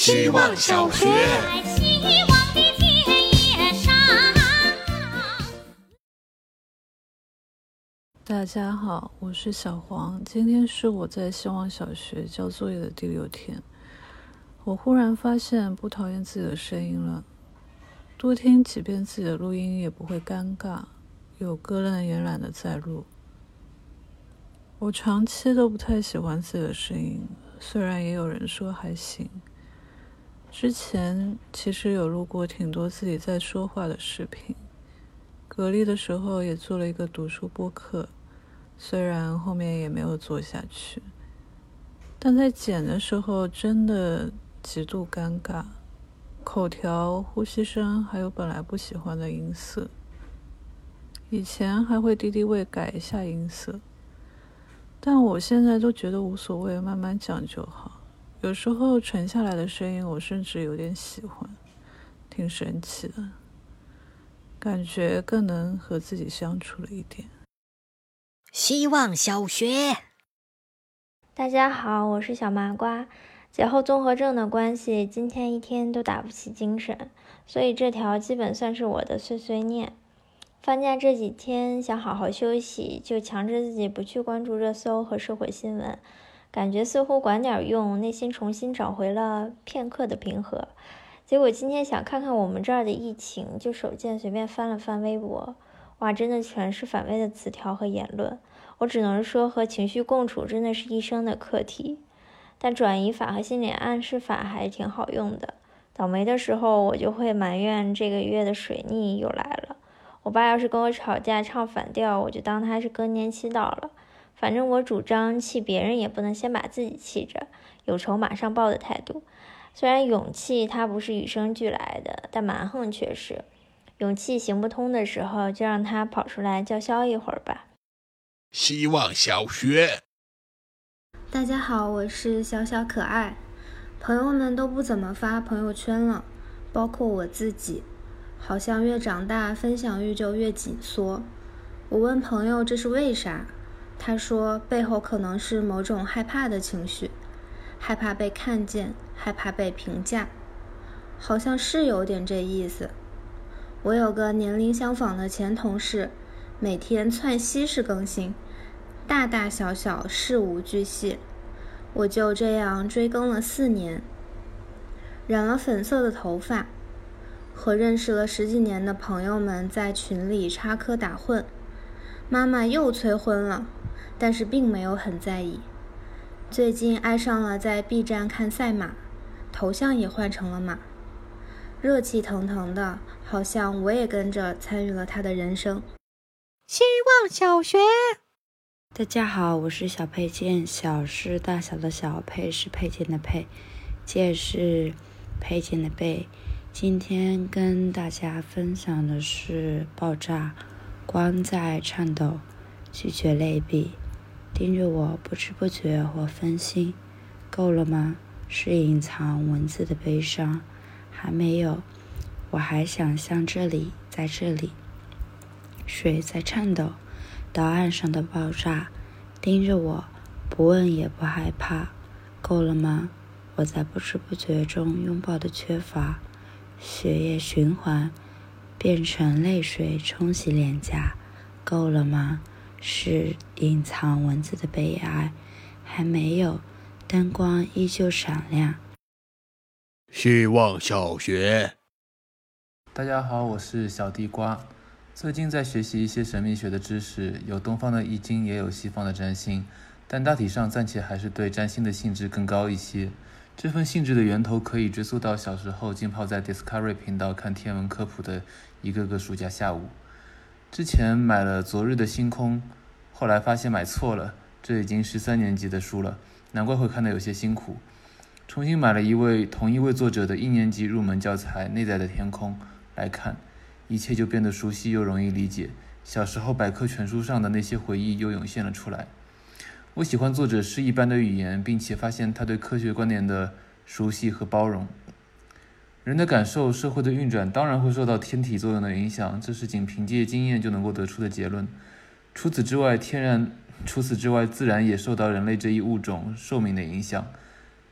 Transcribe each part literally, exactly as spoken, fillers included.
希望小学。 大家好，我是小黄。今天是我在希望小学交作业的第六天。我忽然发现不讨厌自己的声音了，多听几遍自己的录音也不会尴尬，有歌楞也懒得再录。我长期都不太喜欢自己的声音，虽然也有人说还行。之前其实有录过挺多自己在说话的视频，隔离的时候也做了一个读书播客，虽然后面也没有做下去，但在剪的时候真的极度尴尬，口条、呼吸声还有本来不喜欢的音色。以前还会敌敌畏改一下音色，但我现在都觉得无所谓，慢慢讲就好。有时候沉下来的声音我甚至有点喜欢，挺神奇的，感觉更能和自己相处了一点。 希望小学。 大家好，我是小麻瓜。节后综合症的关系，今天一天都打不起精神，所以这条基本算是我的碎碎念。放假这几天想好好休息，就强制自己不去关注热搜和社会新闻，感觉似乎管点用，内心重新找回了片刻的平和。结果今天想看看我们这儿的疫情，就手贱随便翻了翻微博，哇，真的全是反胃的词条和言论。我只能说和情绪共处真的是一生的课题，但转移法和心理暗示法还挺好用的。倒霉的时候我就会埋怨这个月的水逆又来了，我爸要是跟我吵架唱反调，我就当他是更年期到了。反正我主张气别人也不能先把自己气着，有仇马上报的态度。虽然勇气它不是与生俱来的，但蛮横却是。勇气行不通的时候，就让他跑出来叫嚣一会儿吧。 希望小学。 大家好，我是小小可爱。朋友们都不怎么发朋友圈了，包括我自己，好像越长大分享欲就越紧缩。我问朋友这是为啥，他说背后可能是某种害怕的情绪，害怕被看见，害怕被评价，好像是有点这意思。我有个年龄相仿的前同事，每天窜稀式更新，大大小小事无巨细。我就这样追更了四年，染了粉色的头发，和认识了十几年的朋友们在群里插科打诨。妈妈又催婚了，但是并没有很在意。最近爱上了在 B 站看赛马，头像也换成了马，热气腾腾的，好像我也跟着参与了他的人生。 希望小学。 大家好，我是小佩剑，小是大小的小，佩是佩剑的佩，剑是佩剑的贝。今天跟大家分享的是爆炸，光在颤抖，拒绝类比，盯着我不知不觉或分心，够了吗？是隐藏文字的悲伤，还没有，我还想像这里，在这里，水在颤抖，到岸上的爆炸，盯着我，不问也不害怕，够了吗？我在不知不觉中拥抱的缺乏，血液循环，变成泪水冲洗脸颊，够了吗？是隐藏文字的悲哀，还没有，灯光依旧闪亮。 希望小学。 大家好，我是小地瓜。最近在学习一些神秘学的知识，有东方的易经，也有西方的占星，但大体上暂且还是对占星的兴致更高一些。这份兴致的源头可以追溯到小时候浸泡在 Discovery 频道看天文科普的一个个暑假下午。之前买了《昨日的星空》，后来发现买错了，这已经十三年级的书了，难怪会看得有些辛苦。重新买了一位同一位作者的一年级入门教材《内在的天空》来看，一切就变得熟悉又容易理解，小时候百科全书上的那些回忆又涌现了出来。我喜欢作者诗一般的语言，并且发现他对科学观点的熟悉和包容。人的感受、社会的运转当然会受到天体作用的影响，这是仅凭借经验就能够得出的结论。除此之外，天然除此之外，自然也受到人类这一物种寿命的影响。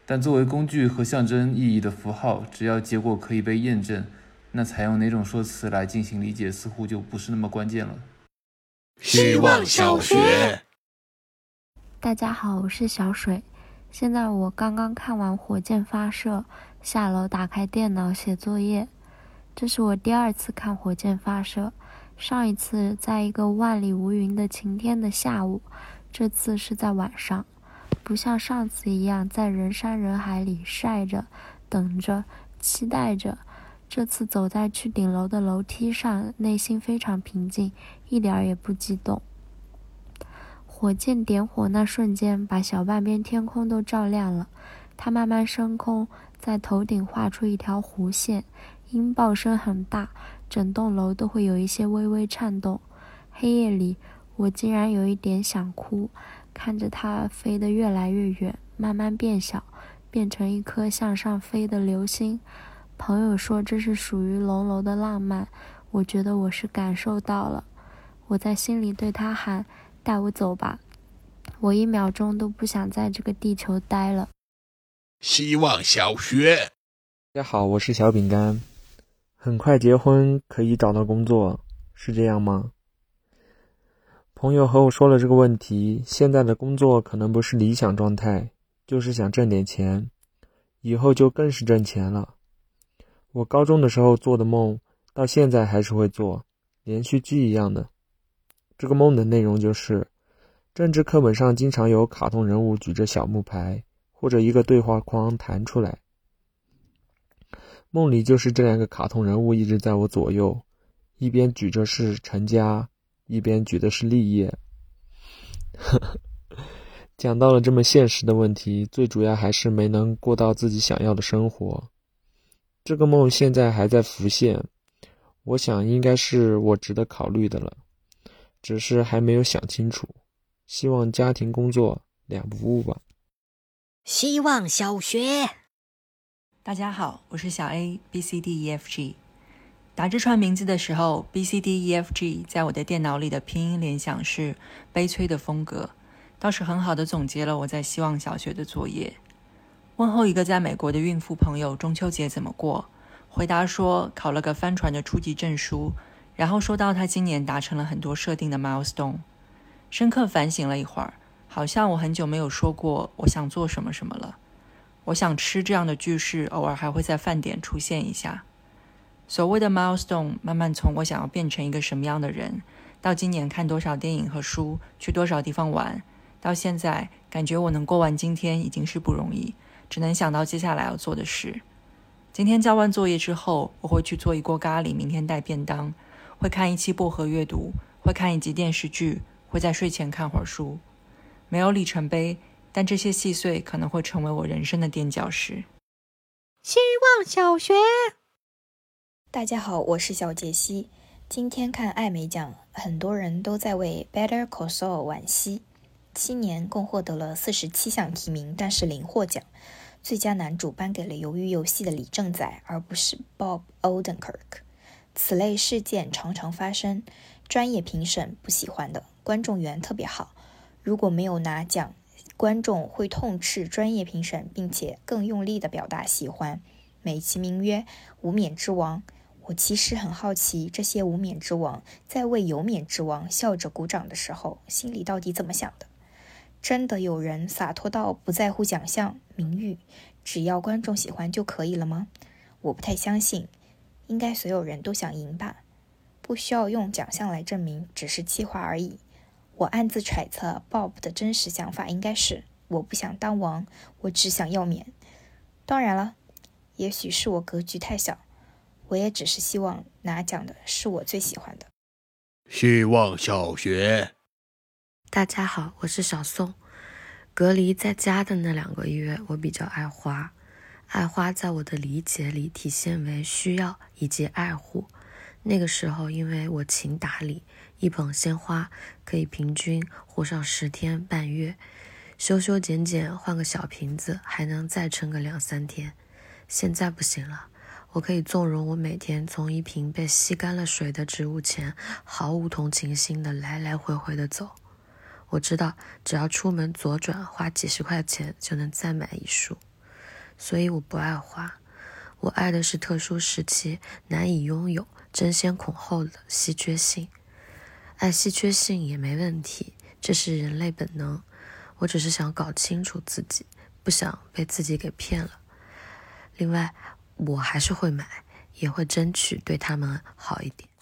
但作为工具和象征意义的符号，只要结果可以被验证，那采用哪种说辞来进行理解似乎就不是那么关键了。 希望小学。 大家好，我是小水。现在我刚刚看完火箭发射，下楼打开电脑写作业。这是我第二次看火箭发射，上一次在一个万里无云的晴天的下午，这次是在晚上。不像上次一样在人山人海里晒着、等着、期待着，这次走在去顶楼的楼梯上，内心非常平静，一点也不激动。火箭点火那瞬间，把小半边天空都照亮了。它慢慢升空，在头顶画出一条弧线，音爆声很大，整栋楼都会有一些微微颤动。黑夜里，我竟然有一点想哭，看着它飞得越来越远，慢慢变小，变成一颗向上飞的流星。朋友说这是属于龙楼的浪漫，我觉得我是感受到了。我在心里对他喊，带我走吧，我一秒钟都不想在这个地球待了。 希望小学。 大家好，我是小饼干。很快结婚可以找到工作，是这样吗？朋友和我说了这个问题，现在的工作可能不是理想状态，就是想挣点钱，以后就更是挣钱了。我高中的时候做的梦，到现在还是会做，连续剧一样的。这个梦的内容就是，政治课本上经常有卡通人物举着小木牌，或者一个对话框弹出来。梦里就是这两个卡通人物一直在我左右，一边举着是成家，一边举的是立业。讲到了这么现实的问题，最主要还是没能过到自己想要的生活。这个梦现在还在浮现，我想应该是我值得考虑的了，只是还没有想清楚。希望家庭工作两不误吧。 希望小学。 大家好，我是小 A B C D E F G。 打这串名字的时候， B C D E F G 在我的电脑里的拼音联想是悲催的风格，倒是很好的总结了我在希望小学的作业。问候一个在美国的孕妇朋友中秋节怎么过，回答说考了个帆船的初级证书，然后说到他今年达成了很多设定的 milestone。 深刻反省了一会儿，好像我很久没有说过我想做什么什么了。我想吃这样的句式偶尔还会在饭点出现一下。所谓的 milestone 慢慢从我想要变成一个什么样的人，到今年看多少电影和书，去多少地方玩，到现在感觉我能过完今天已经是不容易，只能想到接下来要做的事。今天交完作业之后，我会去做一锅咖喱，明天带便当，会看一期薄荷阅读，会看一集电视剧，会在睡前看会儿书。没有里程碑，但这些细碎可能会成为我人生的垫脚石。 希望小学。 大家好，我是小杰西。今天看艾美奖，很多人都在为 Better Call Saul 惋惜。七年共获得了四十七项提名，但是零获奖。最佳男主颁给了鱿鱼游戏的李正宰，而不是 Bob Odenkirk。此类事件常常发生，专业评审不喜欢的，观众缘特别好。如果没有拿奖，观众会痛斥专业评审，并且更用力地表达喜欢，美其名曰无冕之王。我其实很好奇，这些无冕之王在为有冕之王笑着鼓掌的时候，心里到底怎么想的？真的有人洒脱到不在乎奖项名誉，只要观众喜欢就可以了吗？我不太相信，应该所有人都想赢吧，不需要用奖项来证明，只是气话而已。我暗自揣测 Bob 的真实想法应该是，我不想当王，我只想要冕。当然了，也许是我格局太小，我也只是希望拿奖的是我最喜欢的。 希望小学。 大家好，我是小宋。隔离在家的那两个月，我比较爱花。爱花在我的理解里体现为需要以及爱护。那个时候因为我勤打理，一捧鲜花可以平均活上十天半月，修修剪剪换个小瓶子还能再撑个两三天。现在不行了，我可以纵容我每天从一瓶被吸干了水的植物前毫无同情心的来来回回的走。我知道只要出门左转花几十块钱就能再买一束。 所以我不爱花。我爱的是特殊时期难以拥有、争先恐后的稀缺性。爱稀缺性也没问题，这是人类本能。我只是想搞清楚自己，不想被自己给骗了。另外，我还是会买，也会争取对他们好一点。